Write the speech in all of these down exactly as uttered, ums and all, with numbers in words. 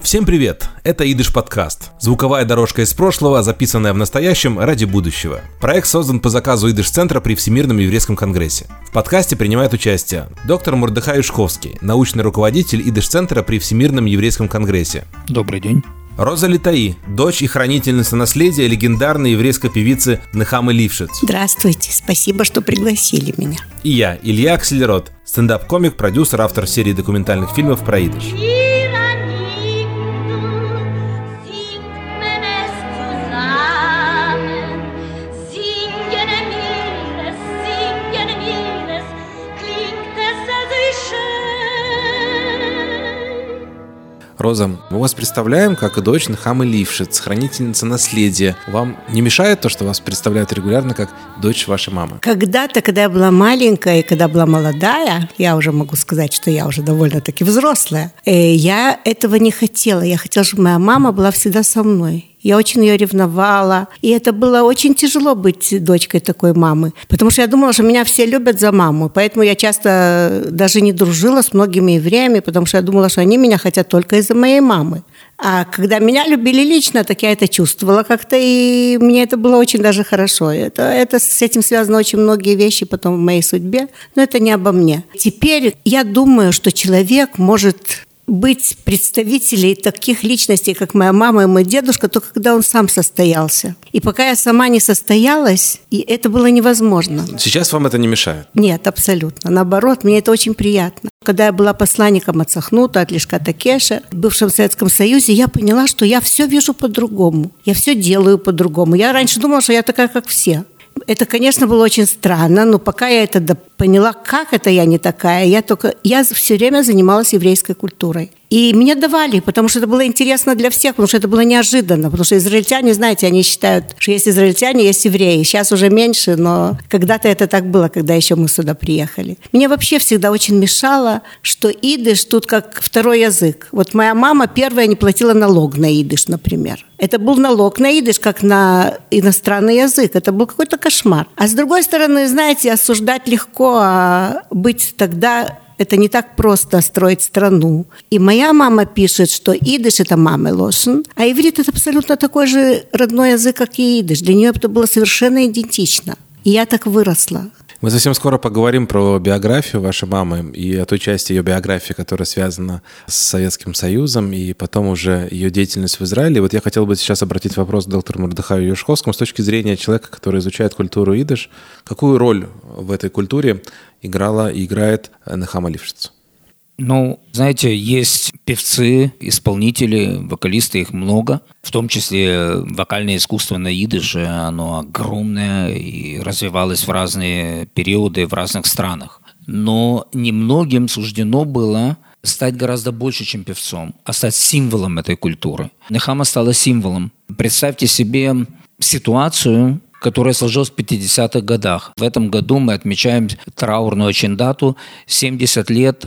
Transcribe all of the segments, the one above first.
Всем привет! Это Идыш подкаст. Звуковая дорожка из прошлого, записанная в настоящем ради будущего. Проект создан по заказу Идыш-центра при Всемирном еврейском конгрессе. В подкасте принимает участие доктор Мордехай Юшковский, научный руководитель Идыш-центра при Всемирном еврейском конгрессе. Добрый день. Роза Литаи, дочь и хранительница наследия легендарной еврейской певицы Нехамы Лившиц. Здравствуйте, спасибо, что пригласили меня. И я, Илья Аксельрод, стендап-комик, продюсер, автор серии документальных фильмов про идыш. Роза, мы вас представляем как дочь Нехамы Лившиц, хранительница наследия. Вам не мешает то, что вас представляют регулярно как дочь вашей мамы? Когда-то, когда я была маленькая и когда была молодая, я уже могу сказать, что я уже довольно-таки взрослая, я этого не хотела. Я хотела, чтобы моя мама была всегда со мной. Я очень ее ревновала. И это было очень тяжело быть дочкой такой мамы. Потому что я думала, что меня все любят за маму. Поэтому я часто даже не дружила с многими евреями, потому что я думала, что они меня хотят только из-за моей мамы. А когда меня любили лично, так я это чувствовала как-то, и мне это было очень даже хорошо. Это, это, с этим связаны очень многие вещи потом в моей судьбе, но это не обо мне. Теперь я думаю, что человек может быть представителей таких личностей, как моя мама и мой дедушка, только когда он сам состоялся. И пока я сама не состоялась, и это было невозможно. Сейчас вам это не мешает? Нет, абсолютно. Наоборот, мне это очень приятно. Когда я была посланником от Сахнута, от Лишката Кеша, в бывшем Советском Союзе, я поняла, что я все вижу по-другому. Я все делаю по-другому. Я раньше думала, что я такая, как все. Это, конечно, было очень странно, но пока я это поняла, как это я не такая, я только я все время занималась еврейской культурой. И мне давали, потому что это было интересно для всех, потому что это было неожиданно, потому что израильтяне, знаете, они считают, что есть израильтяне, есть евреи. Сейчас уже меньше, но когда-то это так было, когда еще мы сюда приехали. Мне вообще всегда очень мешало, что идыш тут как второй язык. Вот моя мама первая не платила налог на идыш, например. Это был налог на идыш, как на иностранный язык. Это был какой-то кошмар. А с другой стороны, знаете, осуждать легко, а быть тогда... Это не так просто строить страну. И моя мама пишет, что идыш – это мамы лошен, а иврит – это абсолютно такой же родной язык, как и идыш. Для нее это было совершенно идентично. И я так выросла. Мы совсем скоро поговорим про биографию вашей мамы и о той части ее биографии, которая связана с Советским Союзом, и потом уже ее деятельность в Израиле. Вот я хотел бы сейчас обратить вопрос к доктору Мордехаю Юшковскому с точки зрения человека, который изучает культуру идыш. Какую роль в этой культуре играла и играет Нехама Лившиц? Ну, знаете, есть певцы, исполнители, вокалисты, их много. В том числе вокальное искусство на идыше, оно огромное и развивалось в разные периоды в разных странах. Но немногим суждено было стать гораздо больше, чем певцом, а стать символом этой культуры. Нехама стала символом. Представьте себе ситуацию, которая сложилась в пятидесятых годах. В этом году мы отмечаем траурную очень дату – семьдесят лет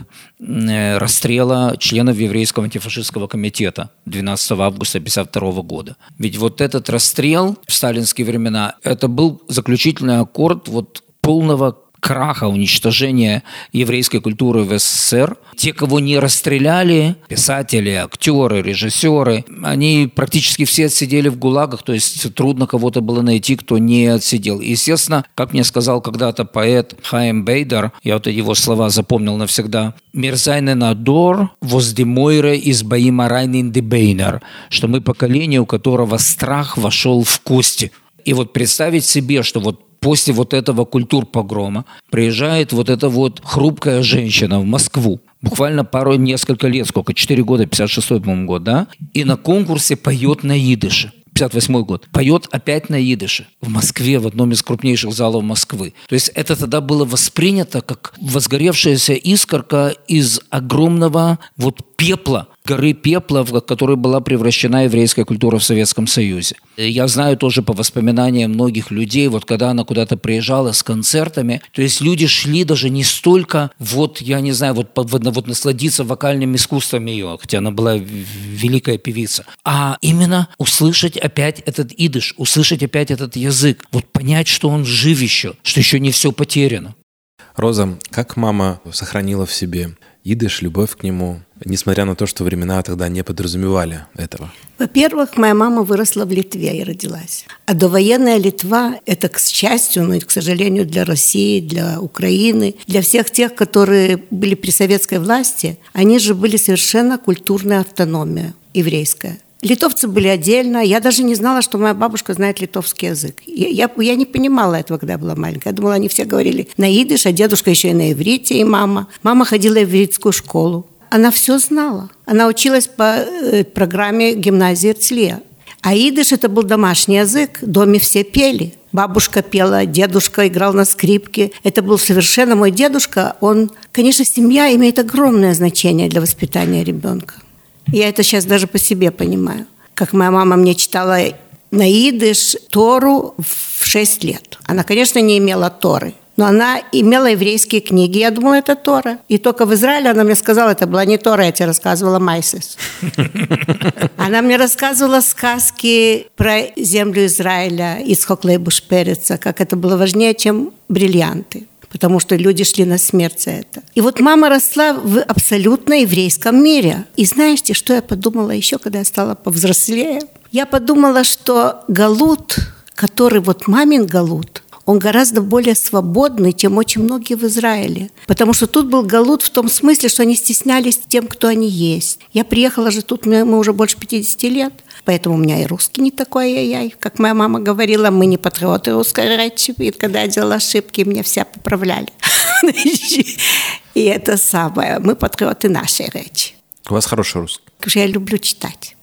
расстрела членов еврейского антифашистского комитета двенадцатого августа тысяча девятьсот пятьдесят второго года. Ведь вот этот расстрел в сталинские времена – это был заключительный аккорд вот полного краха, уничтожения еврейской культуры в СССР. Те, кого не расстреляли, писатели, актеры, режиссеры, они практически все отсидели в ГУЛАГах, то есть трудно кого-то было найти, кто не отсидел. И, естественно, как мне сказал когда-то поэт Хаим Бейдер, я вот его слова запомнил навсегда, «Мерзайнен адор воздемойре из баима райнин дебейнер», что мы поколение, у которого страх вошел в кости. И вот представить себе, что вот после вот этого культурпогрома приезжает вот эта вот хрупкая женщина в Москву. Буквально пару, несколько лет, сколько, четыре года, пятьдесят шестой, по-моему, год, да? И на конкурсе поет на идыше. пятьдесят восьмой год. Поет опять на идыше. В Москве, в одном из крупнейших залов Москвы. То есть это тогда было воспринято как возгоревшаяся искорка из огромного вот пепла, горы пепла, в которой была превращена еврейская культура в Советском Союзе. Я знаю тоже по воспоминаниям многих людей, вот когда она куда-то приезжала с концертами, то есть люди шли даже не столько, вот, я не знаю, вот, вот насладиться вокальным искусством ее, хотя она была великая певица, а именно услышать опять этот идыш, услышать опять этот язык, вот понять, что он жив еще, что еще не все потеряно. Роза, как мама сохранила в себе идиш, любовь к нему, несмотря на то, что времена тогда не подразумевали этого? Во-первых, моя мама выросла в Литве и родилась. А довоенная Литва – это, к счастью, но и, к сожалению, для России, для Украины, для всех тех, которые были при советской власти, они же были совершенно культурная автономия еврейская. Литовцы были отдельно. Я даже не знала, что моя бабушка знает литовский язык. Я, я, я не понимала этого, когда я была маленькая. Я думала, они все говорили на идиш, а дедушка еще и на иврите, и мама. Мама ходила в ивритскую школу. Она все знала. Она училась по э, программе гимназии Эрцлия. А идиш – это был домашний язык. В доме все пели. Бабушка пела, дедушка играл на скрипке. Это был совершенно мой дедушка. Он, конечно, семья имеет огромное значение для воспитания ребенка. Я это сейчас даже по себе понимаю. Как моя мама мне читала на идиш Тору в шесть лет. Она, конечно, не имела Торы, но она имела еврейские книги. Я думала, это Тора. И только в Израиле она мне сказала, это была не Тора, я тебе рассказывала Майсес. Она мне рассказывала сказки про землю Израиля из Хоклейбуш Переца, как это было важнее, чем бриллианты. Потому что люди шли на смерть за это. И вот мама росла в абсолютно еврейском мире. И знаете, что я подумала еще, когда я стала повзрослее? Я подумала, что галут, который вот мамин галут, он гораздо более свободный, чем очень многие в Израиле. Потому что тут был галут в том смысле, что они стеснялись тем, кто они есть. Я приехала же тут, мы уже больше пятьдесят лет, поэтому у меня и русский не такой ай-яй. Как моя мама говорила, мы не патриоты русской речи. И когда я делала ошибки, меня все поправляли. И это самое, мы патриоты нашей речи. У вас хороший русский. Потому что я люблю читать.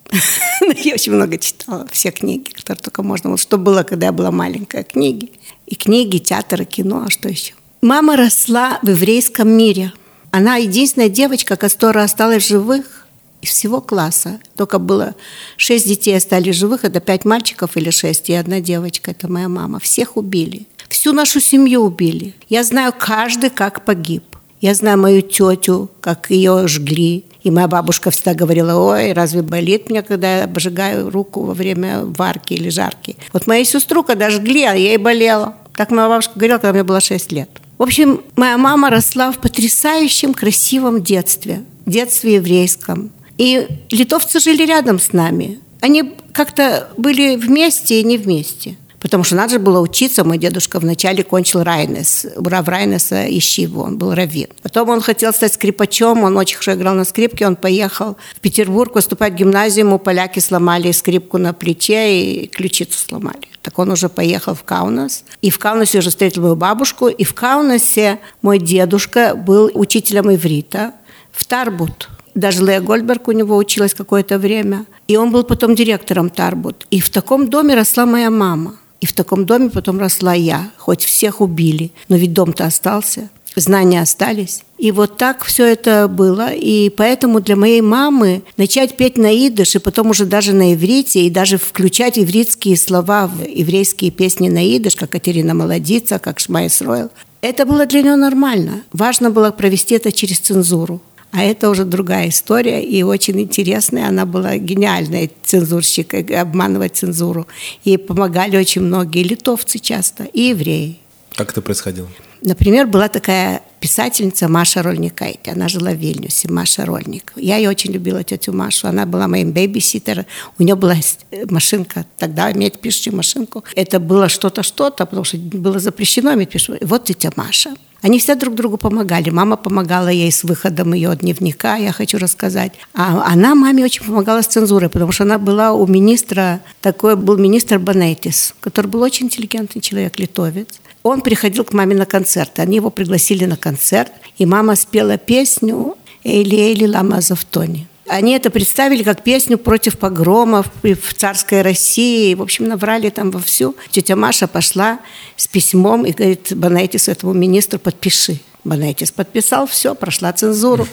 Я очень много читала, все книги, которые только можно. Вот что было, когда я была маленькая, книги. И книги, театр, и кино, а что еще? Мама росла в еврейском мире. Она единственная девочка, которая осталась в живых из всего класса. Только было шесть детей остались живых, это пять мальчиков или шесть, и одна девочка, это моя мама. Всех убили. Всю нашу семью убили. Я знаю каждый, как погиб. Я знаю мою тетю, как ее жгли. И моя бабушка всегда говорила, ой, разве болит мне, когда я обжигаю руку во время варки или жарки? Вот мою сестру, когда жгли, а ей болело. Так моя бабушка говорила, когда мне было шесть лет. В общем, моя мама росла в потрясающем, красивом детстве. Детстве еврейском. И литовцы жили рядом с нами. Они как-то были вместе и не вместе. Потому что надо же было учиться. Мой дедушка вначале кончил Райнес, Рав Райнеса Ишиву, он был раввин. Потом он хотел стать скрипачом, он очень хорошо играл на скрипке, он поехал в Петербург поступать в гимназию, ему поляки сломали скрипку на плече и ключицу сломали. Так он уже поехал в Каунас. И в Каунасе уже встретил мою бабушку. И в Каунасе мой дедушка был учителем иврита в Тарбут. Даже Лея Гольдберг у него училась какое-то время. И он был потом директором Тарбут. И в таком доме росла моя мама. И в таком доме потом росла я. Хоть всех убили, но ведь дом-то остался, знания остались. И вот так все это было. И поэтому для моей мамы начать петь на идиш, и потом уже даже на иврите, и даже включать ивритские слова в еврейские песни на идиш, как Катерина Молодица, как Шма Исроэл, это было для нее нормально. Важно было провести это через цензуру. А это уже другая история, и очень интересная. Она была гениальная цензурщик, обманывать цензуру. Ей помогали очень многие литовцы часто, и евреи. Как это происходило? Например, была такая писательница Маша Рольникайте. Она жила в Вильнюсе, Маша Рольник. Я ее очень любила, тетю Машу. Она была моим бэйбиситером. У нее была машинка. Тогда иметь пишущую машинку. Это было что-то, что-то, потому что было запрещено иметь пишущую. Вот тетя Маша. Они все друг другу помогали. Мама помогала ей с выходом ее дневника, я хочу рассказать. А она маме очень помогала с цензурой, потому что она была у министра, такой был министр Банейтис, который был очень интеллигентный человек, литовец. Он приходил к маме на концерт. Они его пригласили на концерт, и мама спела песню «Эйли, Эйли, лама завтони». Они это представили как песню против погромов в царской России. В общем, наврали там вовсю. Тетя Маша пошла с письмом и говорит Банейтису, этому министру, подпиши. Банейтис подписал, все, прошла цензуру.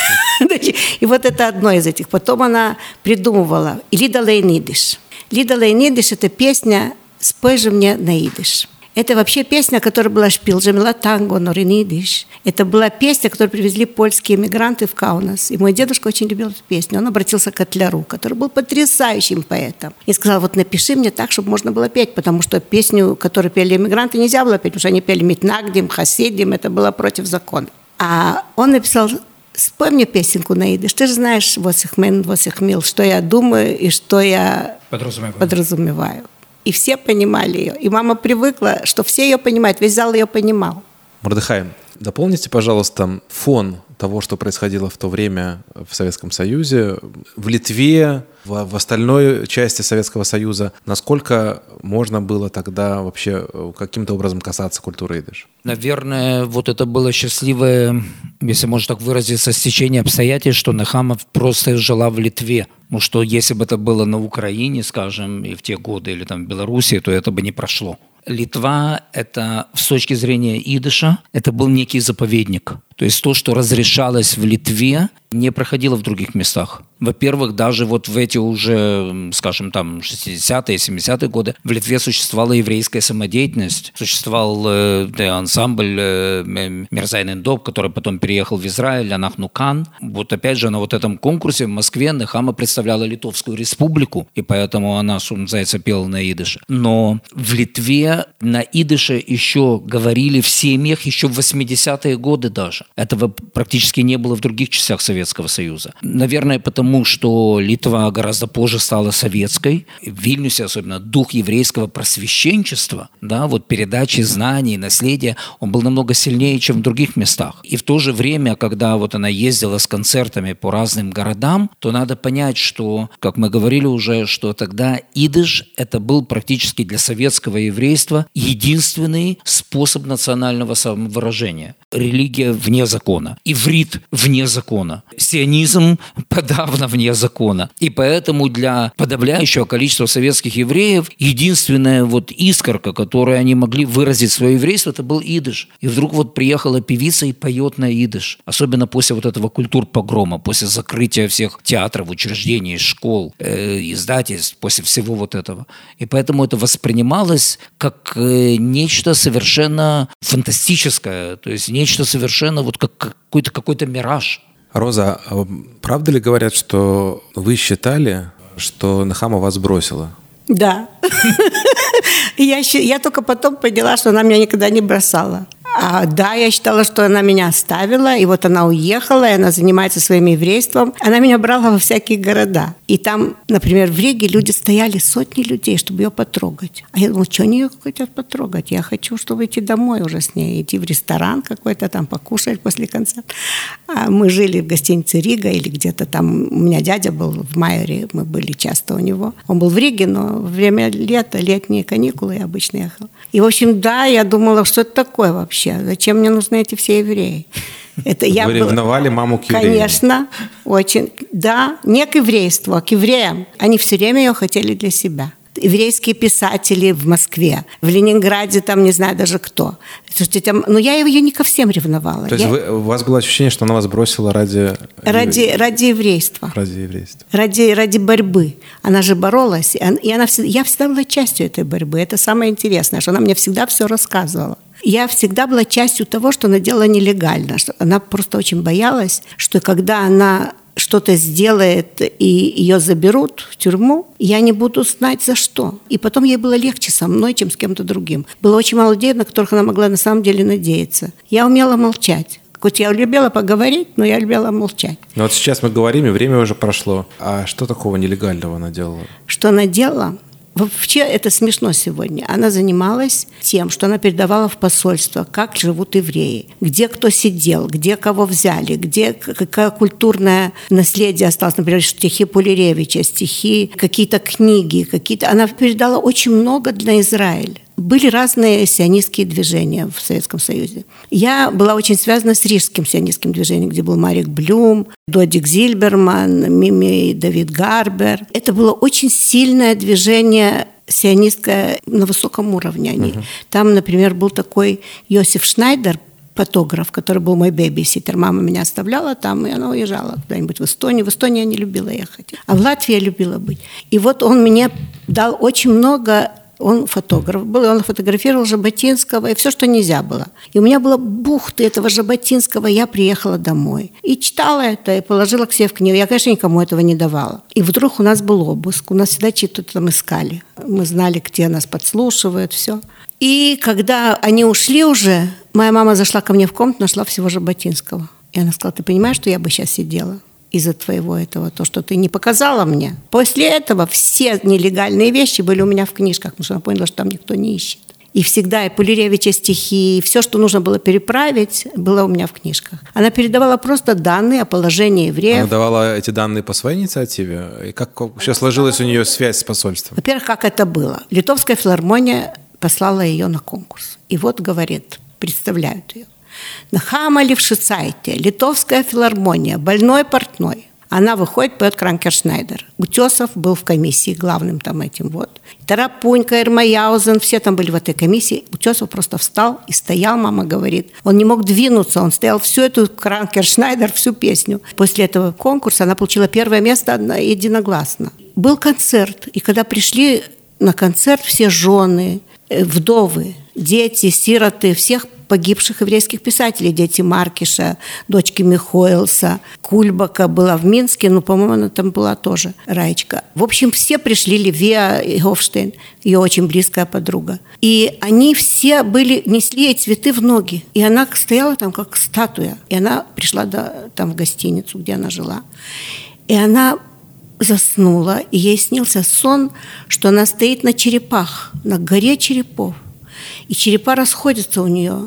И вот это одно из этих. Потом она придумывала «Лида лейнидиш». «Лида лейнидиш» – это песня «Спой же мне на идиш». Это вообще песня, которая была «Шпил Джамила танго, норинидиш». Это была песня, которую привезли польские эмигранты в Каунас. И мой дедушка очень любил эту песню. Он обратился к Котляру, который был потрясающим поэтом. И сказал, вот напиши мне так, чтобы можно было петь, потому что песню, которую пели эмигранты, нельзя было петь, потому что они пели «Митнагдим», «Хасидим», это было против закона. А он написал спой мне песенку на идиш. Ты же знаешь, восих мен, восих мил, что я думаю и что я подразумеваю. подразумеваю. И все понимали ее. И мама привыкла, что все ее понимают, весь зал ее понимал. Мордыхай, дополните, пожалуйста, фон того, что происходило в то время в Советском Союзе, в Литве, в, в остальной части Советского Союза. Насколько можно было тогда вообще каким-то образом касаться культуры идиш? Наверное, вот это было счастливое, если можно так выразиться, стечение обстоятельств, что Нехама просто жила в Литве. Ну что, если бы это было на Украине, скажем, и в те годы, или там в Белоруссии, то это бы не прошло. Литва – это, с точки зрения идыша, это был некий заповедник. То есть то, что разрешалось в Литве, не проходило в других местах. Во-первых, даже вот в эти уже, скажем, там, шестидесятые, семидесятые годы в Литве существовала еврейская самодеятельность. Существовал э, ансамбль э, Мерзайн Доб, который потом переехал в Израиль, Анахну Кан. Вот опять же на вот этом конкурсе в Москве Нехама представляла Литовскую республику, и поэтому она, что называется, пела на идыше. Но в Литве на идыше еще говорили в семьях еще в восьмидесятые годы даже. Этого практически не было в других частях Советского Союза. Наверное, потому что Литва гораздо позже стала советской. В Вильнюсе особенно дух еврейского просвещенчества, да, вот передачи знаний, наследия, он был намного сильнее, чем в других местах. И в то же время, когда вот она ездила с концертами по разным городам, то надо понять, что, как мы говорили уже, что тогда идыш это был практически для советского еврейства единственный способ национального самовыражения. Религия вне закона, иврит вне закона, сионизм подавно вне закона. И поэтому для подавляющего количества советских евреев единственная вот искорка, которой они могли выразить свое еврейство, это был идыш. И вдруг вот приехала певица и поет на идыш. Особенно после вот этого культурпогрома, после закрытия всех театров, учреждений, школ, э, издательств, после всего вот этого. И поэтому это воспринималось как э, нечто совершенно фантастическое, то есть нечто совершенно вот как какой-то, какой-то мираж. Роза, а правда ли говорят, что вы считали, что Нехама вас бросила? Да. Я, я только потом поняла, что она меня никогда не бросала. А, да, я считала, что она меня оставила, и вот она уехала, и она занимается своим еврейством. Она меня брала во всякие города. И там, например, в Риге люди стояли, сотни людей, чтобы ее потрогать. А я думала, что они ее хотят потрогать? Я хочу, чтобы идти домой уже с ней, идти в ресторан какой-то там, покушать после концерта. А мы жили в гостинице Рига или где-то там. У меня дядя был в Майоре, мы были часто у него. Он был в Риге, но во время лета, летние каникулы я обычно ехала. И, в общем, да, я думала, что это такое вообще? Зачем мне нужны эти все евреи? Это я Вы ревновали была... маму к евреям? Конечно, очень. Да, не к еврейству, а к евреям. Они все время ее хотели для себя. Еврейские писатели в Москве, в Ленинграде, там не знаю даже кто. Слушайте, там, но я ее не ко всем ревновала. То есть я... вы, у вас было ощущение, что она вас бросила ради... Ради, ради еврейства. Ради еврейства. Ради, ради борьбы. Она же боролась. И она всегда... Я всегда была частью этой борьбы. Это самое интересное, что она мне всегда все рассказывала. Я всегда была частью того, что она делала нелегально. Она просто очень боялась, что когда она что-то сделает и ее заберут в тюрьму, я не буду знать за что. И потом ей было легче со мной, чем с кем-то другим. Было очень мало людей, на которых она могла на самом деле надеяться. Я умела молчать. Хоть я любила поговорить, но я любила молчать. Но вот сейчас мы говорим, и время уже прошло. А что такого нелегального она делала? Что она делала? Вообще это смешно сегодня. Она занималась тем, что она передавала в посольство, как живут евреи, где кто сидел, где кого взяли, где какое культурное наследие осталось. Например, стихи Пулеревича, стихи, какие-то книги, какие-то. Она передала очень много для Израиля. Были разные сионистские движения в Советском Союзе. Я была очень связана с рижским сионистским движением, где был Марик Блюм, Додик Зильберман, Мими Давид Гарбер. Это было очень сильное движение сионистское на высоком уровне. Uh-huh. Там, например, был такой Йосиф Шнайдер, фотограф, который был мой бэбиситер. Мама меня оставляла там, и она уезжала куда-нибудь в Эстонию. В Эстонию я не любила ехать, а в Латвии я любила быть. И вот он мне дал очень много... Он фотограф был, и он фотографировал Жаботинского, и все, что нельзя было. И у меня была бухта этого Жаботинского, я приехала домой. И читала это, и положила к себе в книгу. Я, конечно, никому этого не давала. И вдруг у нас был обыск, у нас всегда что-то там искали. Мы знали, где нас подслушивают, все. И когда они ушли уже, моя мама зашла ко мне в комнату, нашла всего Жаботинского. И она сказала: ты понимаешь, что я бы сейчас сидела из-за твоего этого, то, что ты не показала мне? После этого все нелегальные вещи были у меня в книжках, потому что она поняла, что там никто не ищет. И всегда и Пулеревича стихи, и все, что нужно было переправить, было у меня в книжках. Она передавала просто данные о положении евреев. Она давала эти данные по своей инициативе? И как вообще сложилась у нее связь с посольством? Во-первых, как это было? Литовская филармония послала ее на конкурс. И вот, говорит, представляют ее. Нехама Левшицайте, Литовская филармония, больной портной. Она выходит, поет Кранкершнайдер. Утесов был в комиссии главным там этим вот. Тарапунька, Ирмаяузен, все там были в этой комиссии. Утесов просто встал и стоял, мама говорит. Он не мог двинуться, он стоял всю эту Кранкершнайдер, всю песню. После этого конкурса она получила первое место единогласно. Был концерт, и когда пришли на концерт все жены, вдовы, дети, сироты, всех погибших еврейских писателей, дети Маркиша, дочки Михоэлса, Кульбака была в Минске, ну, по-моему, она там была тоже, Раечка. В общем, все пришли, Левия Гофштейн, ее очень близкая подруга. И они все были, несли ей цветы в ноги. И она стояла там как статуя. И она пришла до, там в гостиницу, где она жила. И она заснула, и ей снился сон, что она стоит на черепах, на горе черепов. И черепа расходятся у нее.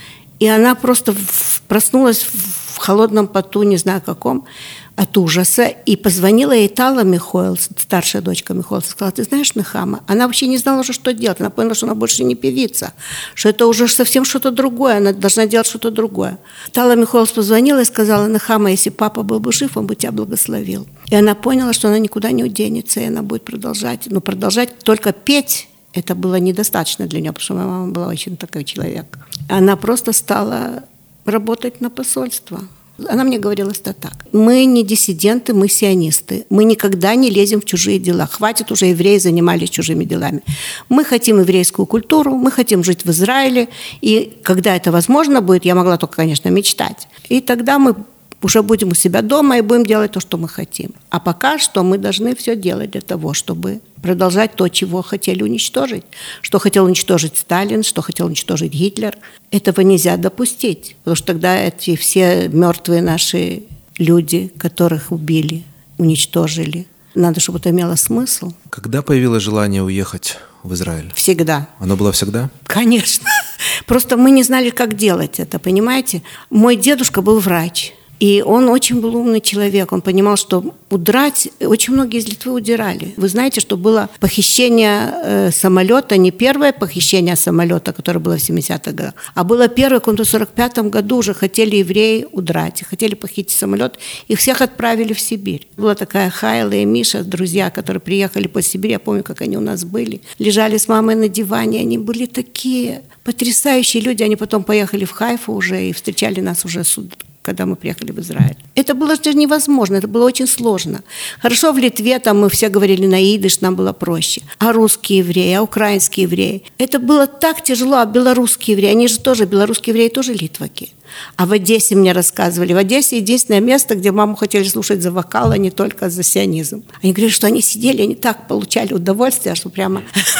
И она просто проснулась в холодном поту, не знаю каком, от ужаса. И позвонила ей Тала Михоэлс, старшая дочка Михоэлса, сказала: ты знаешь, Нехама? Она вообще не знала уже, что делать. Она поняла, что она больше не певица, что это уже совсем что-то другое, она должна делать что-то другое. Тала Михоэлс позвонила и сказала: Нехама, если папа был бы жив, он бы тебя благословил. И она поняла, что она никуда не уденется, и она будет продолжать. Но продолжать только петь это было недостаточно для нее, потому что моя мама была очень такой человек. Она просто стала работать на посольство. Она мне говорила, что так. Мы не диссиденты, мы сионисты. Мы никогда не лезем в чужие дела. Хватит уже евреи занимались чужими делами. Мы хотим еврейскую культуру, мы хотим жить в Израиле. И когда это возможно будет, я могла только, конечно, мечтать. И тогда мы уже будем у себя дома и будем делать то, что мы хотим. А пока что мы должны все делать для того, чтобы продолжать то, чего хотели уничтожить. Что хотел уничтожить Сталин, что хотел уничтожить Гитлер. Этого нельзя допустить, потому что тогда эти все мертвые наши люди, которых убили, уничтожили. Надо, чтобы это имело смысл. Когда появилось желание уехать в Израиль? Всегда. Оно было всегда? Конечно. Просто мы не знали, как делать это, понимаете? Мой дедушка был врач. И он очень был умный человек. Он понимал, что удрать... Очень многие из Литвы удирали. Вы знаете, что было похищение э, самолета, не первое похищение самолета, которое было в семидесятых годах, а было первое, в сорок пятом году уже хотели евреи удрать, хотели похитить самолет, и всех отправили в Сибирь. Была такая Хайла и Миша, друзья, которые приехали по Сибири. Я помню, как они у нас были. Лежали с мамой на диване. Они были такие потрясающие люди. Они потом поехали в Хайфу уже и встречали нас уже с когда мы приехали в Израиль. Это было же невозможно, это было очень сложно. Хорошо, в Литве там мы все говорили на идиш, нам было проще. А русские евреи, а украинские евреи. Это было так тяжело, а белорусские евреи, они же тоже, белорусские евреи тоже литваки. А в Одессе мне рассказывали, в Одессе единственное место, где маму хотели слушать за вокал, а не только за сионизм. Они говорили, что они сидели, они так получали удовольствие, что прямо...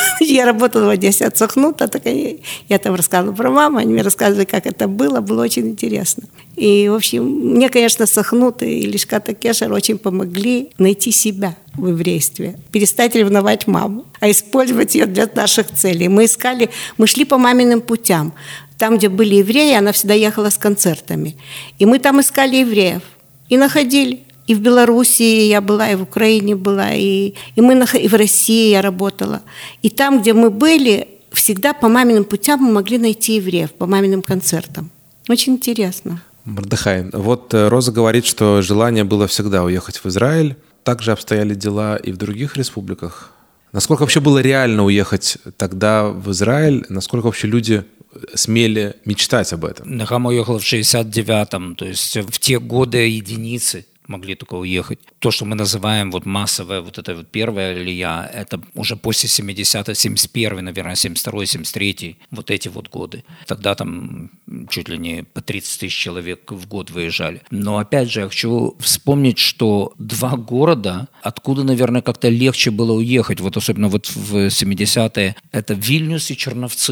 Я работала в Одессе от Сохнута, так они... я там рассказывала про маму, они мне рассказывали, как это было, было очень интересно. И, в общем, мне, конечно, Сохнут и Лишкат Кешер очень помогли найти себя в еврействе, перестать ревновать маму, а использовать ее для наших целей. Мы искали, мы шли по маминым путям. Там, где были евреи, она всегда ехала с концертами. И мы там искали евреев. И находили. И в Белоруссии я была, и в Украине была, и, и, мы нах... и в России я работала. И там, где мы были, всегда по маминым путям мы могли найти евреев, по маминым концертам. Очень интересно. Мордехай, вот Роза говорит, что желание было всегда уехать в Израиль. Также обстояли дела и в других республиках. Насколько вообще было реально уехать тогда в Израиль? Насколько вообще люди смели мечтать об этом? Нехама уехала в шестьдесят девятом, то есть в те годы единицы могли только уехать. То, что мы называем вот массовая, вот эта вот первая алия, это уже после семидесятого, семьдесят первый, наверное, семьдесят второй, семьдесят третий, вот эти вот годы. Тогда там чуть ли не по тридцать тысяч человек в год выезжали. Но опять же, я хочу вспомнить, что два города, откуда, наверное, как-то легче было уехать, вот особенно вот в семидесятые, это Вильнюс и Черновцы.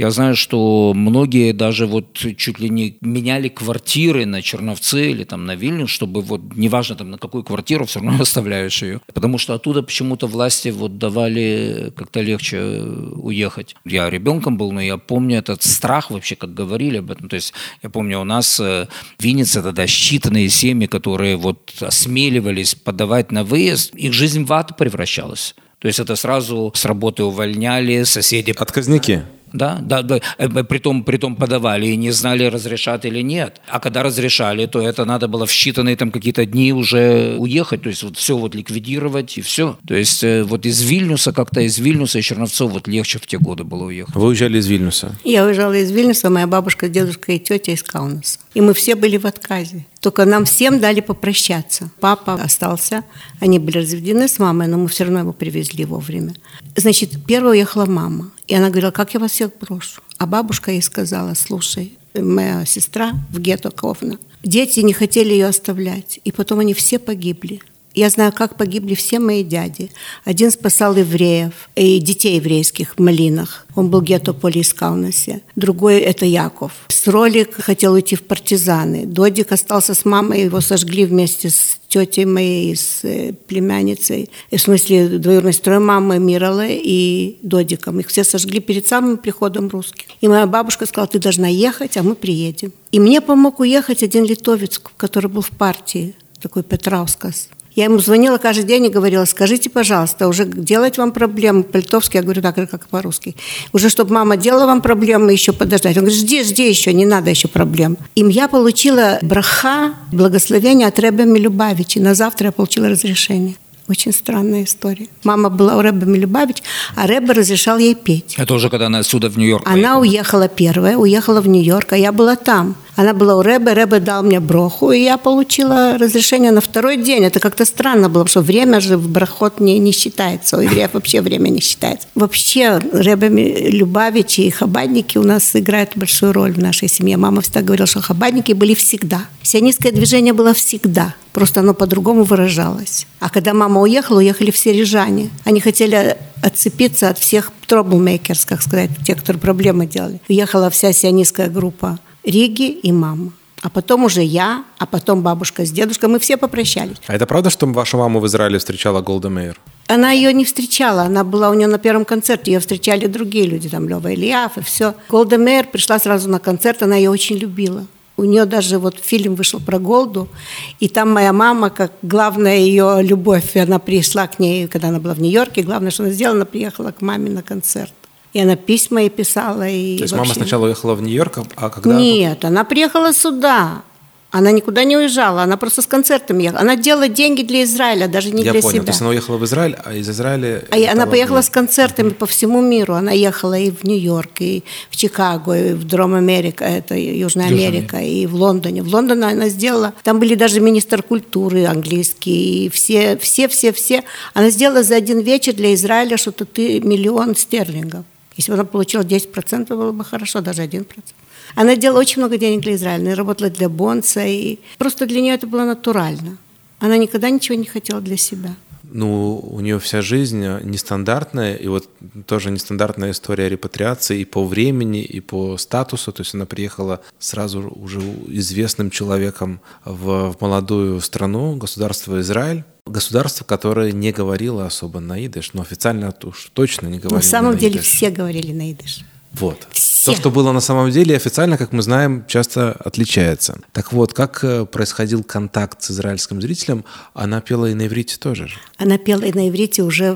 Я знаю, что многие даже вот чуть ли не меняли квартиры на Черновцы или там на Вильнюс, чтобы вот, неважно там на какую квартиру, все равно оставляешь ее. Потому что оттуда почему-то власти вот давали как-то легче уехать. Я ребенком был, но я помню этот страх вообще, как говорили об этом. То есть я помню, у нас в Виннице тогда считанные семьи, которые вот осмеливались подавать на выезд, их жизнь в ад превращалась. То есть это сразу с работы увольняли, соседи... Отказники? Да, да, да. Притом, притом подавали и не знали, разрешат или нет. А когда разрешали, то это надо было в считанные там какие-то дни уже уехать, то есть вот все вот ликвидировать и все. То есть вот из Вильнюса, как-то из Вильнюса и Черновцов вот легче в те годы было уехать. Вы уезжали из Вильнюса? Я уезжала из Вильнюса, моя бабушка, дедушка и тетя из Каунаса. И мы все были в отказе. Только нам всем дали попрощаться. Папа остался, они были разведены с мамой, но мы все равно его привезли вовремя. Значит, первая уехала мама. И она говорила, как я вас всех брошу? А бабушка ей сказала, слушай, моя сестра в гетто Ковна, дети не хотели ее оставлять, и потом они все погибли. Я знаю, как погибли все мои дяди. Один спасал евреев и детей еврейских в Малинах. Он был гетто-поле из Каунасе. Другой – это Яков. Сролик хотел уйти в партизаны. Додик остался с мамой, его сожгли вместе с тетей моей, с племянницей. В смысле, двоюродной сестрой мамы Миралы и Додиком. Их все сожгли перед самым приходом русских. И моя бабушка сказала, ты должна ехать, а мы приедем. И мне помог уехать один литовец, который был в партии, такой Петраускас. Я ему звонила каждый день и говорила, скажите, пожалуйста, уже делать вам проблемы по-литовски? Я говорю, так, как по-русски. Уже, чтобы мама делала вам проблемы, еще подождать. Он говорит, жди, жди еще, не надо еще проблем. И я получила браха, благословение от Ребе Милюбавича. На завтра я получила разрешение. Очень странная история. Мама была у Ребе Милюбавич, а Ребе разрешал ей петь. Это уже когда она отсюда в Нью-Йорк Она поехала. уехала первая, уехала в Нью-Йорк, а я была там. Она была у Ребе, Ребе дал мне броху, и я получила разрешение на второй день. Это как-то странно было, потому что время же в брахот не, не считается. У евреев вообще время не считается. Вообще Ребе Милюбавич и хабадники у нас играют большую роль в нашей семье. Мама всегда говорила, что хабадники были всегда. Сионистское движение было всегда. Просто оно по-другому выражалось. А когда мама уехала, уехали все рижане. Они хотели отцепиться от всех troublemakers, как сказать, тех, которые проблемы делали. Уехала вся сионистская группа Риги и мама. А потом уже я, а потом бабушка с дедушкой. Мы все попрощались. А это правда, что вашу маму в Израиле встречала Голда Меир? Она ее не встречала. Она была у нее на первом концерте. Ее встречали другие люди, там Лёва Ильяв и все. Голда Меир пришла сразу на концерт. Она ее очень любила. У нее даже вот фильм вышел про Голду, и там моя мама, как главная ее любовь, она пришла к ней, когда она была в Нью-Йорке, главное, что она сделала, она приехала к маме на концерт. И она письма ей писала. И То есть вообще... мама сначала уехала в Нью-Йорк, а когда... Нет, она приехала сюда. Она никуда не уезжала, она просто с концертами ехала. Она делала деньги для Израиля, даже не Я для понял. себя. То есть она уехала в Израиль, а из Израиля... А она поехала с концертами по всему миру. Она ехала и в Нью-Йорк, и в Чикаго, и в Дром Америка, это Южная Америка, и в Лондоне. В Лондоне она сделала... Там были даже министр культуры английский, и все, все, все, все. Она сделала за один вечер для Израиля что-то ты миллион стерлингов. Если бы она получила десять процентов, было бы хорошо, даже один процент. Она делала очень много денег для Израиля. Она работала для Бонса. И просто для нее это было натурально. Она никогда ничего не хотела для себя. Ну, у нее вся жизнь нестандартная. И вот тоже нестандартная история репатриации и по времени, и по статусу. То есть она приехала сразу уже известным человеком в, в молодую страну, государство Израиль. Государство, которое не говорило особо на идиш, но официально уж точно не говорило на идиш. На самом деле все говорили на идиш. Вот. Все. То, что было на самом деле, официально, как мы знаем, часто отличается. Так вот, как происходил контакт с израильским зрителем? Она пела и на иврите тоже же. Она пела и на иврите уже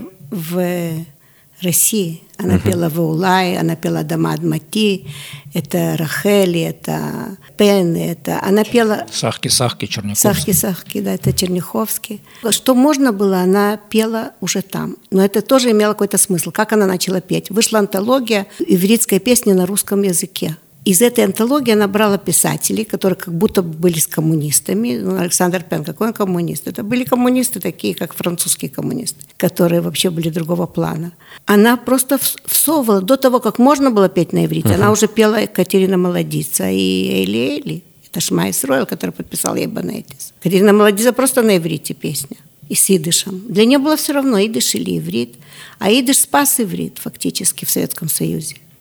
в России. Она uh-huh. пела «Ваулай», она пела «Дама Адмати», это Рахели, это Пенны, это... Она пела... Сахки-Сахки, Черняховский. Сахки-Сахки, да, это Черняховский. Что можно было, она пела уже там. Но это тоже имело какой-то смысл. Как она начала петь? Вышла антология ивритской песни на русском языке. Из этой антологии она брала писателей, которые как будто были с коммунистами. Ну, Александр Пен, какой он коммунист? Это были коммунисты такие, как французские коммунисты, которые вообще были другого плана. Она просто всовывала. До того, как можно было петь на иврите, uh-huh. она уже пела Екатерина Молодица и Эйли Эйли. Это Шма Исроэль, который подписал ей Банетис. Екатерина Молодица просто на иврите песня. И с идышем. Для нее было все равно, идыш или иврит. А идыш спас иврит фактически в Советском Союзе.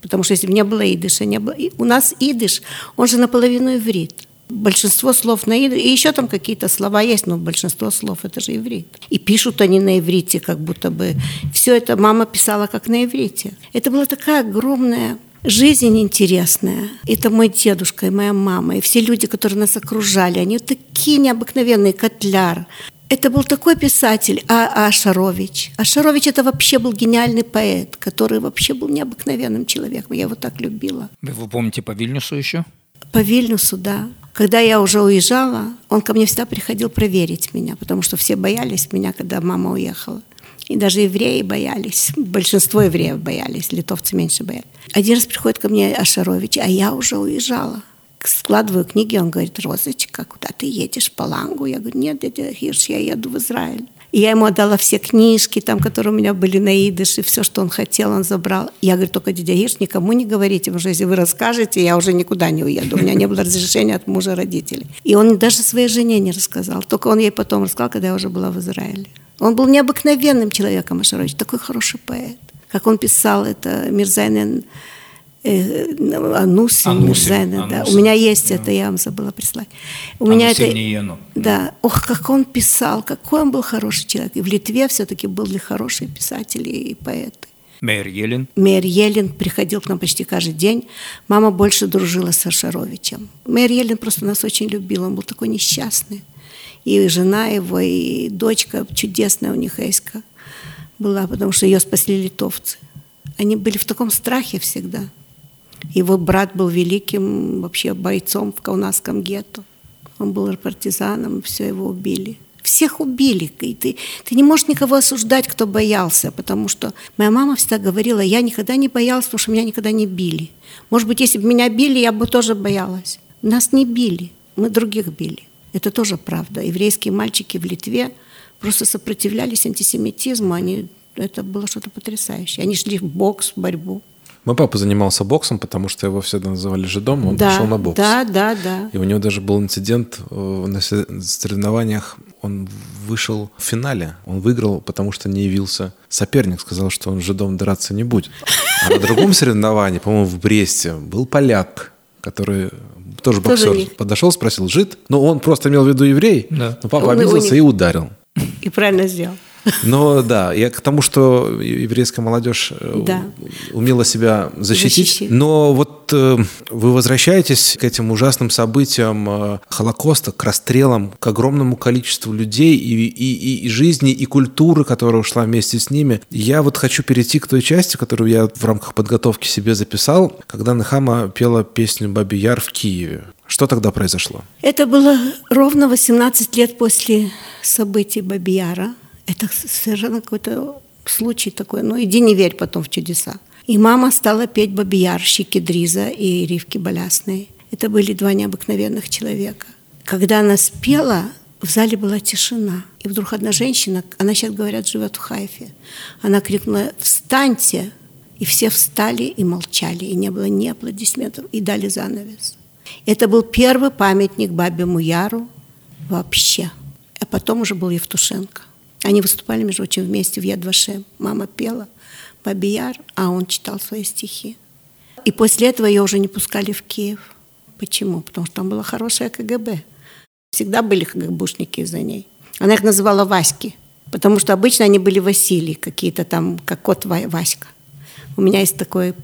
Потому что если бы не было идыша, не было... У нас идыш, он же наполовину иврит. Большинство слов на идыше, и еще там какие-то слова есть, но большинство слов это же иврит. И пишут они на иврите, как будто бы... Все это мама писала как на иврите. Это была такая огромная... Жизнь интересная. Это мой дедушка и моя мама, и все люди, которые нас окружали. Они такие необыкновенные, Котляр. Это был такой писатель, а, а Шарович. А Шарович это вообще был гениальный поэт, который вообще был необыкновенным человеком. Я его так любила. Вы его помните по Вильнюсу еще? По Вильнюсу, да. Когда я уже уезжала, он ко мне всегда приходил проверить меня, потому что все боялись меня, когда мама уехала. И даже евреи боялись. Большинство евреев боялись, литовцы меньше боялись. Один раз приходит ко мне Ашарович, а я уже уезжала. Складываю книги, он говорит: Розочка, куда ты едешь, в Палангу? Я говорю: нет, дядя Гирш, я еду в Израиль. И я ему отдала все книжки, там, которые у меня были на идыше, все, что он хотел, он забрал. Я говорю: только, дядя Гирш, никому не говорите, потому что если вы расскажете, я уже никуда не уеду. У меня не было разрешения от мужа родителей. И он даже своей жене не рассказал. Только он ей потом рассказал, когда я уже была в Израиле. Он был необыкновенным человеком, Ашарович, такой хороший поэт. Как он писал это Мирзайнен, э, Анусин, Мирзайнен, да. У меня есть да. это, я вам забыла прислать. У меня это, да. Ох, как он писал, какой он был хороший человек. И в Литве все-таки были хорошие писатели и поэты. Мейер Елин. Мейер Елин приходил к нам почти каждый день. Мама больше дружила с Ашаровичем. Мейер Елин просто нас очень любил, он был такой несчастный. И жена его, и дочка чудесная у них Эйска была, потому что ее спасли литовцы. Они были в таком страхе всегда. Его брат был великим вообще бойцом в Каунасском гетто. Он был партизаном, и все, его убили. Всех убили. И ты, ты не можешь никого осуждать, кто боялся, потому что моя мама всегда говорила: я никогда не боялась, потому что меня никогда не били. Может быть, если бы меня били, я бы тоже боялась. Нас не били, мы других били. Это тоже правда. Еврейские мальчики в Литве просто сопротивлялись антисемитизму. Они, это было что-то потрясающее. Они шли в бокс, в борьбу. Мой папа занимался боксом, потому что его всегда называли жидом, он да, пошел на бокс. Да, да, да. И у него даже был инцидент на соревнованиях. Он вышел в финале. Он выиграл, потому что не явился соперник. Сказал, что он с жидом драться не будет. А на другом соревновании, по-моему, в Бресте, был поляк, который... Тоже боксер. Тоже подошел, спросил: жид? Но он просто имел в виду еврей. Да. Но папа он обиделся и ударил. И правильно сделал. Но да, я к тому, что еврейская молодежь да. умела себя защитить. Защитить. Но вот э, вы возвращаетесь к этим ужасным событиям э, Холокоста, к расстрелам, к огромному количеству людей и, и, и жизни, и культуры, которая ушла вместе с ними. Я вот хочу перейти к той части, которую я в рамках подготовки себе записал, когда Нехама пела песню «Бабий Яр» в Киеве. Что тогда произошло? Это было ровно восемнадцать лет после событий Бабий Яра. Это совершенно какой-то случай такой. Ну, иди не верь потом в чудеса. И мама стала петь Бабий Яр, Щики Дриза и Ривки Болясной. Это были два необыкновенных человека. Когда она спела, в зале была тишина. И вдруг одна женщина, она сейчас, говорят, живет в Хайфе, она крикнула: «Встаньте!» И все встали и молчали. И не было ни аплодисментов. И дали занавес. Это был первый памятник Бабьему Яру вообще. А потом уже был Евтушенко. Они выступали, между прочим, вместе в Яд Вашем. Мама пела Бабий Яр, а он читал свои стихи. И после этого ее уже не пускали в Киев. Почему? Потому что там была хорошая КГБ. Всегда были КГБшники за ней. Она их называла Васьки, потому что обычно они были Василий, какие-то там, как кот Васька. У меня есть такая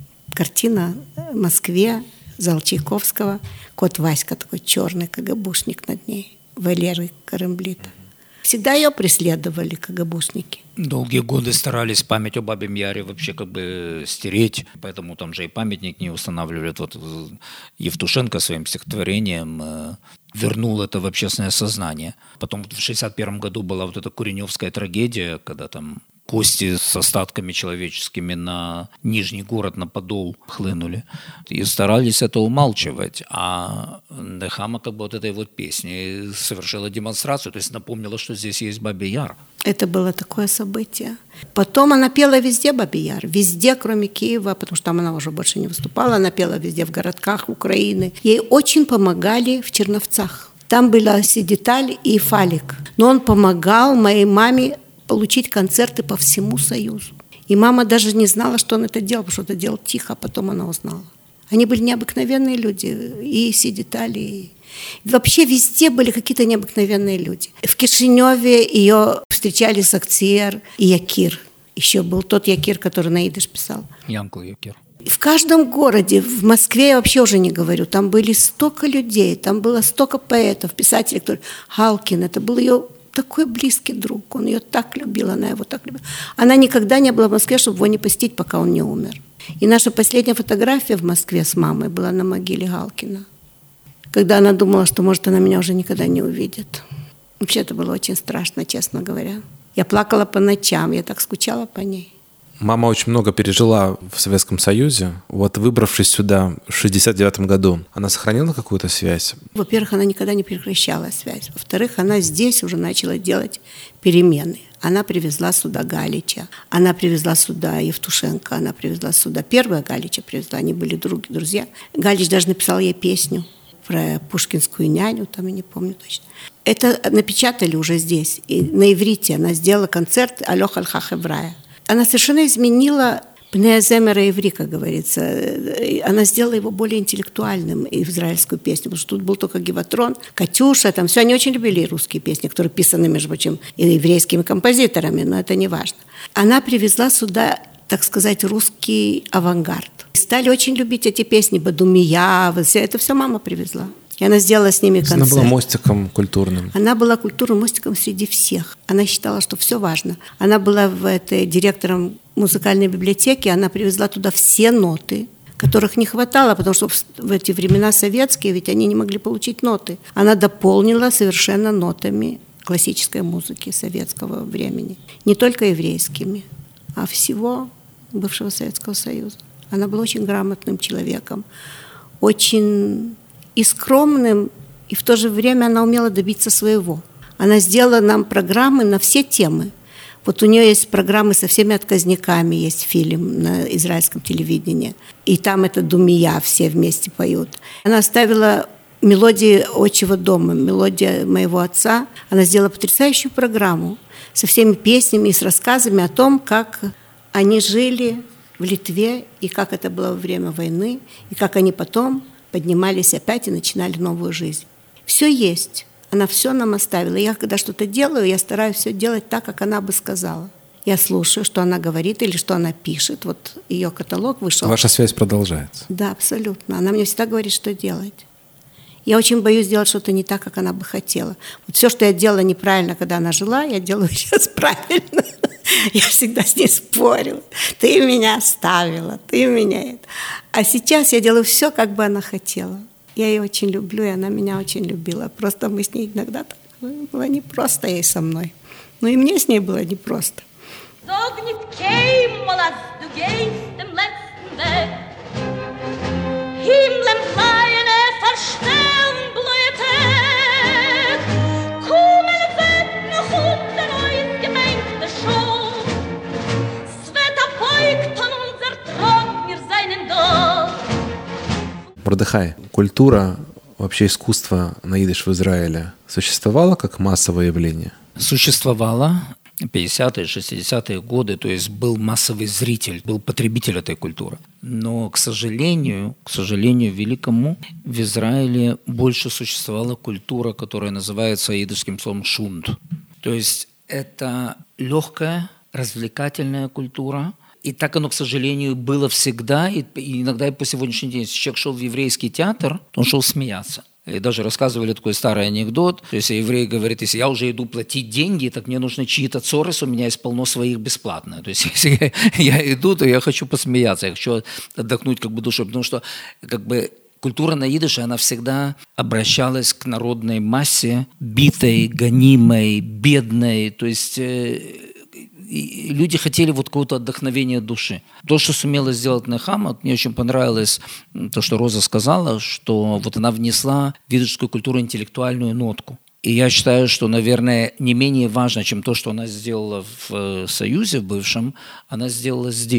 картина в Москве, зал Чайковского. Кот Васька, такой черный КГБшник над ней, Валеры Каремблита. Всегда ее преследовали КГБшники. Долгие годы старались память о Бабьем Яре вообще как бы стереть, поэтому там же и памятник не устанавливали. Вот Евтушенко своим стихотворением вернул это в общественное сознание. Потом в шестьдесят первом году была вот эта Куреневская трагедия, когда там кости с остатками человеческими на Нижний город, на Подол хлынули. И старались это умалчивать. А Нехама как бы вот этой вот песней совершила демонстрацию, то есть напомнила, что здесь есть Бабий Яр. Это было такое событие. Потом она пела везде Бабий Яр, везде, кроме Киева, потому что там она уже больше не выступала, она пела везде, в городках Украины. Ей очень помогали в Черновцах. Там была Сидеталь и Фалик. Но он помогал моей маме получить концерты по всему Союзу. И мама даже не знала, что он это делал, потому что это делал тихо, а потом она узнала. Они были необыкновенные люди, и Сидитали, и вообще везде были какие-то необыкновенные люди. В Кишиневе ее встречали Сакциер и Якир. Еще был тот Якир, который на идиш писал. Янкл Якир. В каждом городе, в Москве я вообще уже не говорю, там были столько людей, там было столько поэтов, писателей, которые... Галкин, это был ее такой близкий друг, он ее так любил, она его так любила. Она никогда не была в Москве, чтобы его не посетить, пока он не умер. И наша последняя фотография в Москве с мамой была на могиле Галкина, когда она думала, что, может, она меня уже никогда не увидит. Вообще это было очень страшно, честно говоря. Я плакала по ночам, я так скучала по ней. Мама очень много пережила в Советском Союзе. Вот выбравшись сюда в шестьдесят девятом году, она сохранила какую-то связь? Во-первых, она никогда не прекращала связь. Во-вторых, она здесь уже начала делать перемены. Она привезла сюда Галича, она привезла сюда Евтушенко, она привезла сюда... Первая Галича привезла, они были друг, друзья. Галич даже написал ей песню про пушкинскую няню, там я не помню точно. Это напечатали уже здесь. И на иврите она сделала концерт «Алёх аль-Хах Эврая». Она совершенно изменила пнеаземера иври, как говорится. Она сделала его более интеллектуальным, израильскую песню, потому что тут был только Геватрон, Катюша, там все. Они очень любили русские песни, которые писаны, между прочим, и еврейскими композиторами, но это не важно. Она привезла сюда, так сказать, русский авангард. Стали очень любить эти песни, Бадумия, это все мама привезла. И она сделала с ними концерт. Она была мостиком культурным. Она была культурным мостиком среди всех. Она считала, что все важно. Она была в этой, директором музыкальной библиотеки, она привезла туда все ноты, которых не хватало, потому что в эти времена советские, ведь они не могли получить ноты. Она дополнила совершенно нотами классической музыки советского времени. Не только еврейскими, а всего бывшего Советского Союза. Она была очень грамотным человеком, очень... и скромным, и в то же время она умела добиться своего. Она сделала нам программы на все темы. Вот у нее есть программы со всеми отказниками, есть фильм на израильском телевидении, и там это «Думия», все вместе поют. Она оставила мелодии «Отчего дома», мелодия моего отца. Она сделала потрясающую программу со всеми песнями и с рассказами о том, как они жили в Литве, и как это было во время войны, и как они потом поднимались опять и начинали новую жизнь. Все есть. Она все нам оставила. Я когда что-то делаю, я стараюсь все делать так, как она бы сказала. Я слушаю, что она говорит или что она пишет. Вот ее каталог вышел. Ваша связь продолжается. Да, абсолютно. Она мне всегда говорит, что делать. Я очень боюсь делать что-то не так, как она бы хотела. Вот все, что я делала неправильно, когда она жила, я делаю сейчас правильно. Я всегда с ней спорила. Ты меня оставила, ты меня это. А сейчас я делаю все, как бы она хотела. Я ее очень люблю, и она меня очень любила. Просто мы с ней иногда так... Было непросто ей со мной. Ну и мне с ней было непросто. Мордехай, культура, вообще искусство на идиш в Израиле существовало как массовое явление? Существовало. пятидесятые, шестидесятые годы, то есть был массовый зритель, был потребитель этой культуры. Но, к сожалению, к сожалению великому, в Израиле больше существовала культура, которая называется идишским словом «шунд». То есть это легкая, развлекательная культура. И так оно, к сожалению, было всегда, и иногда и по сегодняшний день. Если человек шел в еврейский театр, он шел смеяться. И даже рассказывали такой старый анекдот. То есть еврей говорит, если я уже иду платить деньги, так мне нужны чьи-то цорос, у меня есть полно своих бесплатно. То есть если я, я иду, то я хочу посмеяться, я хочу отдохнуть как бы душой. Потому что как бы культура на идише, она всегда обращалась к народной массе, битой, гонимой, бедной. То есть... И люди хотели вот какого-то отдохновения души. То, что сумела сделать Нехама, мне очень понравилось то, что Роза сказала, что вот она внесла в идишскую культуру интеллектуальную нотку. И я считаю, что, наверное, не менее важно, чем то, что она сделала в Союзе в бывшем, она сделала здесь.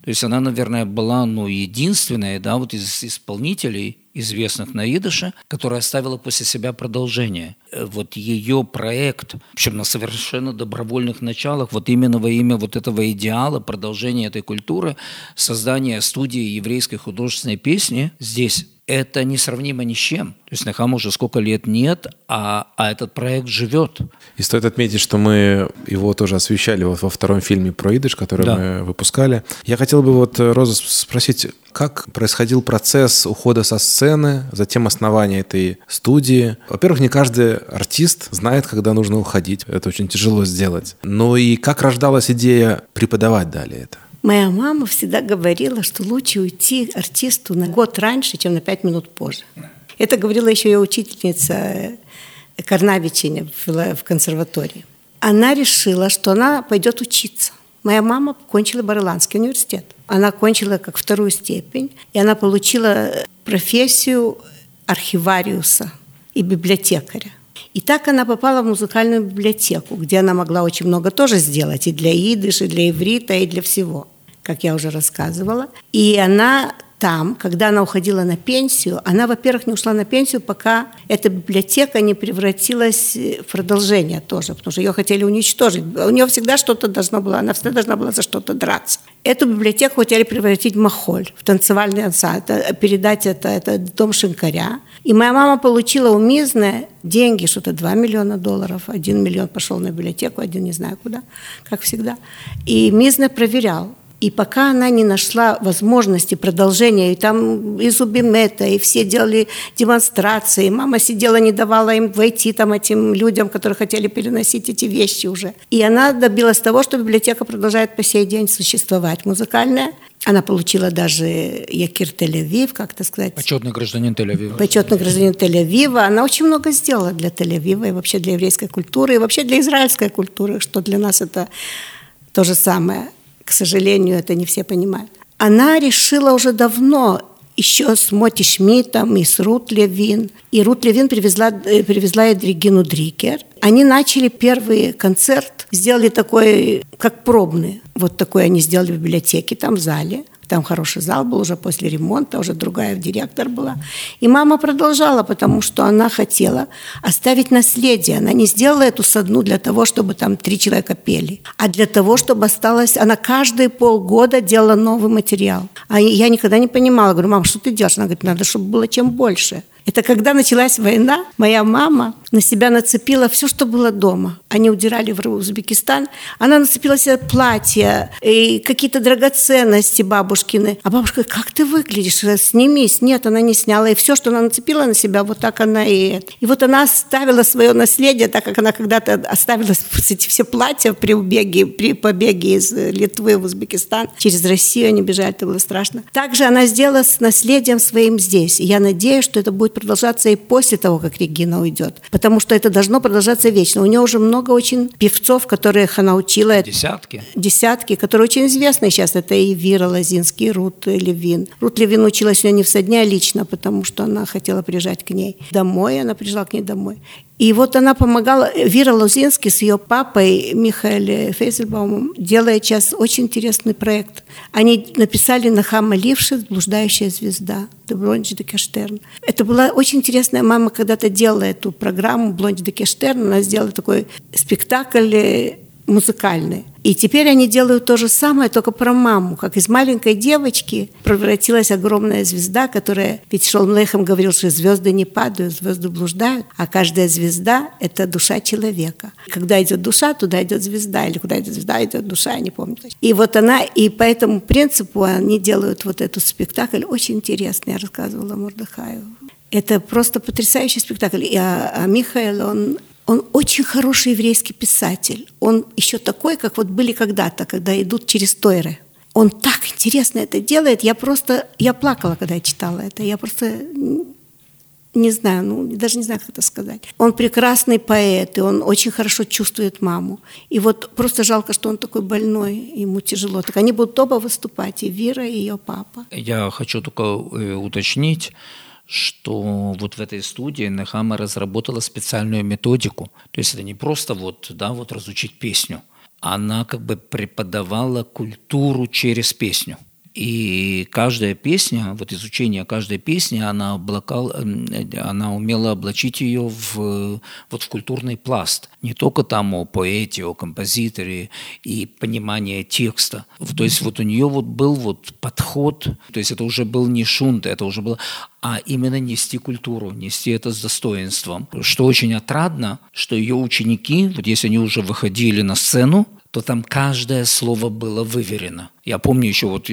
То есть она, наверное, была ну, единственная, да, вот из исполнителей, известных на идыше, которая оставила после себя продолжение. Вот ее проект, причем на совершенно добровольных началах, вот именно во имя вот этого идеала, продолжения этой культуры, создания студии еврейской художественной песни здесь, это несравнимо ни с чем. То есть Нехама уже сколько лет нет, а, а этот проект живет. И стоит отметить, что мы его тоже освещали вот во втором фильме про идыш, который да. мы выпускали. Я хотел бы вот, Роза, спросить, как происходил процесс ухода со сцены, затем основания этой студии. Во-первых, не каждый артист знает, когда нужно уходить. Это очень тяжело сделать. Но и как рождалась идея преподавать далее это? Моя мама всегда говорила, что лучше уйти артисту на год раньше, чем на пять минут позже. Это говорила еще ее учительница Карнавичине в консерватории. Она решила, что она пойдет учиться. Моя мама кончила Бар-Иланский университет. Она кончила как вторую степень, и она получила профессию архивариуса и библиотекаря. И так она попала в музыкальную библиотеку, где она могла очень много тоже сделать, и для идыш, и для иврита, и для всего, как я уже рассказывала. И она там, когда она уходила на пенсию, она, во-первых, не ушла на пенсию, пока эта библиотека не превратилась в продолжение тоже, потому что ее хотели уничтожить. У нее всегда что-то должно было, она всегда должна была за что-то драться. Эту библиотеку хотели превратить в махоль, в танцевальный ансамбль, передать это, это дом шинкаря. И моя мама получила у Мизны деньги, что-то два миллиона долларов. Один миллион пошел на библиотеку, один не знаю куда, как всегда. И Мизна проверял. И пока она не нашла возможности продолжения, и там и Зубимета, и все делали демонстрации, мама сидела, не давала им войти там этим людям, которые хотели переносить эти вещи уже. И она добилась того, что библиотека продолжает по сей день существовать, музыкальная. Она получила даже Якир Тель-Авив, как это сказать? Почетный гражданин Тель-Авива. Почетный гражданин Тель-Авива. Она очень много сделала для Тель-Авива и вообще для еврейской культуры, и вообще для израильской культуры, что для нас это то же самое. К сожалению, это не все понимают. Она решила уже давно, еще с Моти Шмидтом и с Рут Левин. И Рут Левин привезла, привезла ей Регину Дрикер. Они начали первый концерт, сделали такой, как пробный. Вот такой они сделали в библиотеке, там в зале. Там хороший зал был уже после ремонта, уже другая директор была. И мама продолжала, потому что она хотела оставить наследие. Она не сделала эту садну для того, чтобы там три человека пели, а для того, чтобы осталось... Она каждые полгода делала новый материал. А я никогда не понимала. Говорю, мама, что ты делаешь? Она говорит, надо, чтобы было чем больше. Это когда началась война, моя мама на себя нацепила все, что было дома. Они удирали в Узбекистан. Она нацепила себе платья и какие-то драгоценности бабушкины. А бабушка говорит, как ты выглядишь? Снимись. Нет, она не сняла. И все, что она нацепила на себя, вот так она и это. И вот она оставила свое наследие, так как она когда-то оставила эти все платья при убеге, при побеге из Литвы в Узбекистан. Через Россию они бежали, это было страшно. Также она сделала с наследием своим здесь. И я надеюсь, что это будет продолжаться и после того, как Регина уйдет. Потому что это должно продолжаться вечно. У нее уже много очень певцов, которых она учила. Десятки. Десятки, которые очень известны сейчас. Это и Вира Лозинский, и Рут Левин. Рут Левин училась у нее не в Содне, а лично, потому что она хотела приезжать к ней домой. Она приезжала к ней домой. И вот она помогала, Вира Лозинский с ее папой Михаэлем Фейзельбаумом делает сейчас очень интересный проект. Они написали Нехама Лившиц «Блуждающая звезда», Блонди де Кештерн. Это была очень интересная, мама когда-то делала эту программу Блонди де Кештерн, она сделала такой спектакль музыкальный. И теперь они делают то же самое, только про маму. Как из маленькой девочки превратилась огромная звезда, которая... Ведь Шолом Лейхем говорил, что звезды не падают, звезды блуждают, а каждая звезда – это душа человека. Когда идет душа, туда идет звезда, или куда идет звезда, идет душа, я не помню. И вот она, и по этому принципу они делают вот этот спектакль. Очень интересный, я рассказывала Мордехаю. Это просто потрясающий спектакль. И, а, а Михаил, он... Он очень хороший еврейский писатель. Он еще такой, как вот были когда-то, когда идут через Тойры. Он так интересно это делает. Я просто, я плакала, когда я читала это. Я просто не знаю, ну, даже не знаю, как это сказать. Он прекрасный поэт, и он очень хорошо чувствует маму. И вот просто жалко, что он такой больной, ему тяжело. Так они будут оба выступать, и Вира, и ее папа. Я хочу только уточнить, что вот в этой студии Нехама разработала специальную методику. То есть это не просто вот, да, вот разучить песню. Она как бы преподавала культуру через песню. И каждая песня, вот изучение каждой песни, она, облакал, она умела облачить ее в, вот в культурный пласт. Не только там о поэте, о композиторе и понимание текста. То есть вот у нее вот был вот подход, то есть это уже был не шунт, это уже было, а именно нести культуру, нести это с достоинством. Что очень отрадно, что ее ученики, вот если они уже выходили на сцену, то там каждое слово было выверено. Я помню еще вот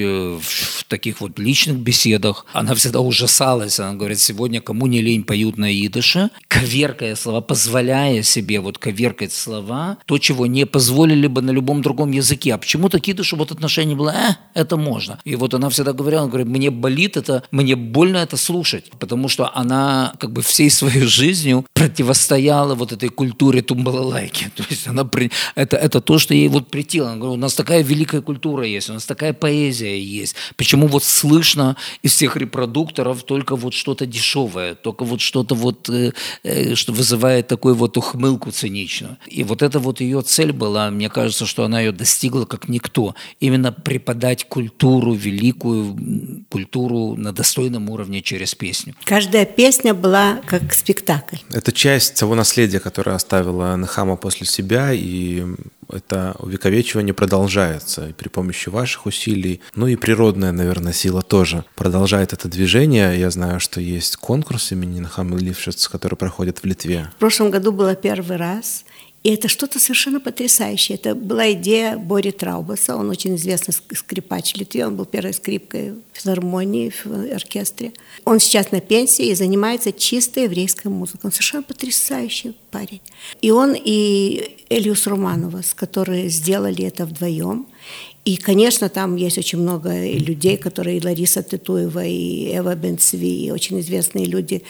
в таких вот личных беседах она всегда ужасалась. Она говорит, сегодня кому не лень поют на идыше, коверкая слова, позволяя себе вот коверкать слова, то, чего не позволили бы на любом другом языке. А почему-то к идышу вот отношение было, э, это можно. И вот она всегда говорила, она говорит, мне болит это, мне больно это слушать, потому что она как бы всей своей жизнью противостояла вот этой культуре тумбалалайки. То есть она, это, это то, что ей вот претило. Она говорит, у нас такая великая культура есть, у нас такая поэзия есть. Почему вот слышно из всех репродукторов только вот что-то дешевое, только вот что-то вот, э, э, что вызывает такую вот ухмылку циничную. И вот это вот ее цель была, мне кажется, что она ее достигла как никто. Именно преподать культуру, великую культуру на достойном уровне через песню. Каждая песня была как спектакль. Это часть того наследия, которое оставила Нехама после себя, и это увековечивание продолжается и при помощи ваших усилий. Ну и природная, наверное, сила тоже продолжает это движение. Я знаю, что есть конкурс имени Нехамы Лившиц, который проходит в Литве. В прошлом году было первый раз. И это что-то совершенно потрясающее. Это была идея Бори Траубаса. Он очень известный скрипач в Литве. Он был первой скрипкой в филармонии, в оркестре. Он сейчас на пенсии и занимается чистой еврейской музыкой. Он совершенно потрясающий парень. И он, и Элиус Романовас, которые сделали это вдвоем. И, конечно, там есть очень много людей, которые и Лариса Титуева, и Эва Бенцви, и очень известные люди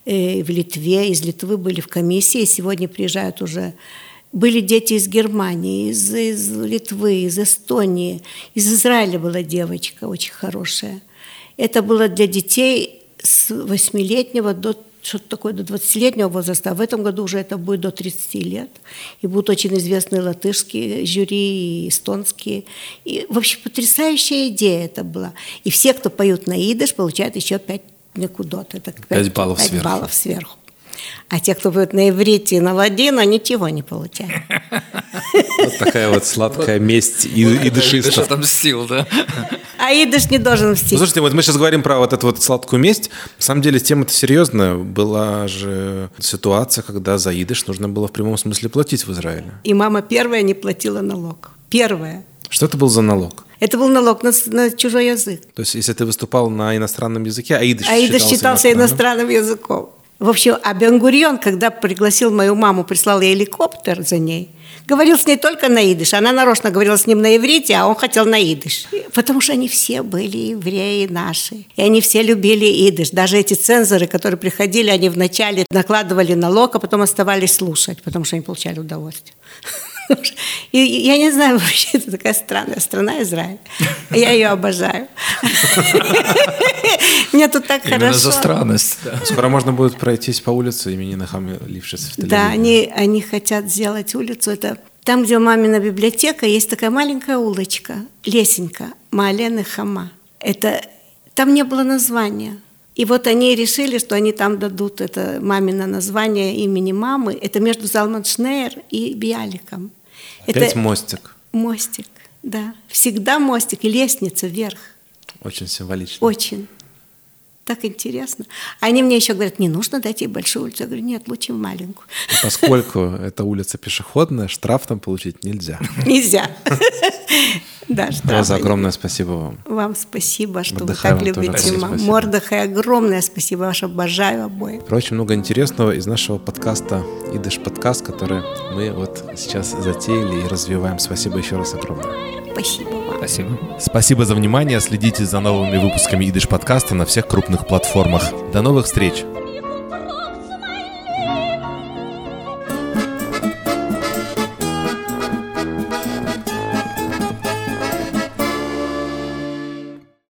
в Литве, из Литвы были в комиссии, и сегодня приезжают уже. Были дети из Германии, из, из Литвы, из Эстонии, из Израиля была девочка очень хорошая. Это было для детей с восьмилетнего до что-то такое до двадцатилетнего возраста, а в этом году уже это будет до тридцати лет. И будут очень известные латышские жюри, и эстонские. И, в общем, потрясающая идея это была. И все, кто поют на идыш, получают еще пять некудот. Это пять баллов пять сверху. баллов сверху. А те, кто поют на иврите и на ладино, ничего не получают. Вот такая вот сладкая месть идышистов. Идыш отомстил, да? А идыш не должен мстить. Ну, слушайте, вот мы сейчас говорим про вот эту вот сладкую месть. На самом деле тема-то серьезная. Была же ситуация, когда за идыш нужно было в прямом смысле платить в Израиле. И мама первая не платила налог. Первая. Что это был за налог? Это был налог на, на чужой язык. То есть, если ты выступал на иностранном языке, а идыш, а идыш считался, считался иностранным языком. В общем, а Бен-Гурион, когда пригласил мою маму, прислал ей геликоптер за ней, говорил с ней только на идыш. Она нарочно говорила с ним на иврите, а он хотел на идыш. Потому что они все были евреи наши. И они все любили идыш. Даже эти цензоры, которые приходили, они вначале накладывали налог, а потом оставались слушать, потому что они получали удовольствие. И я не знаю, вообще это такая странная страна Израиль. Я ее обожаю. Мне тут так хорошо. Именно за странность. Скоро можно будет пройтись по улице имени Нехамы Лившиц в Тель-Авиве. Да, они, они хотят сделать улицу. Это там, где мамина библиотека, есть такая маленькая улочка, лесенка, Маале Нехама. Это там не было названия. И вот они решили, что они там дадут это мамино название имени мамы. Это между Залман Шнейер и Биаликом. Опять это мостик. Мостик, да. Всегда мостик и лестница вверх. Очень символично. Очень. Так интересно. Они мне еще говорят, не нужно дать ей большую улицу. Я говорю, нет, лучше маленькую. И поскольку это улица пешеходная, штраф там получить нельзя. Нельзя. Да, штраф. Роза, огромное спасибо вам. Вам спасибо, что Мордехай, вы так любите маму. Мордехай, огромное спасибо. Ваш обожаю обоих. Про очень много интересного из нашего подкаста «Идыш подкаст», который мы вот сейчас затеяли и развиваем. Спасибо еще раз огромное. Спасибо вам. Спасибо. Спасибо за внимание. Следите за новыми выпусками «Идыш подкаста» на всех крупных платформах. До новых встреч!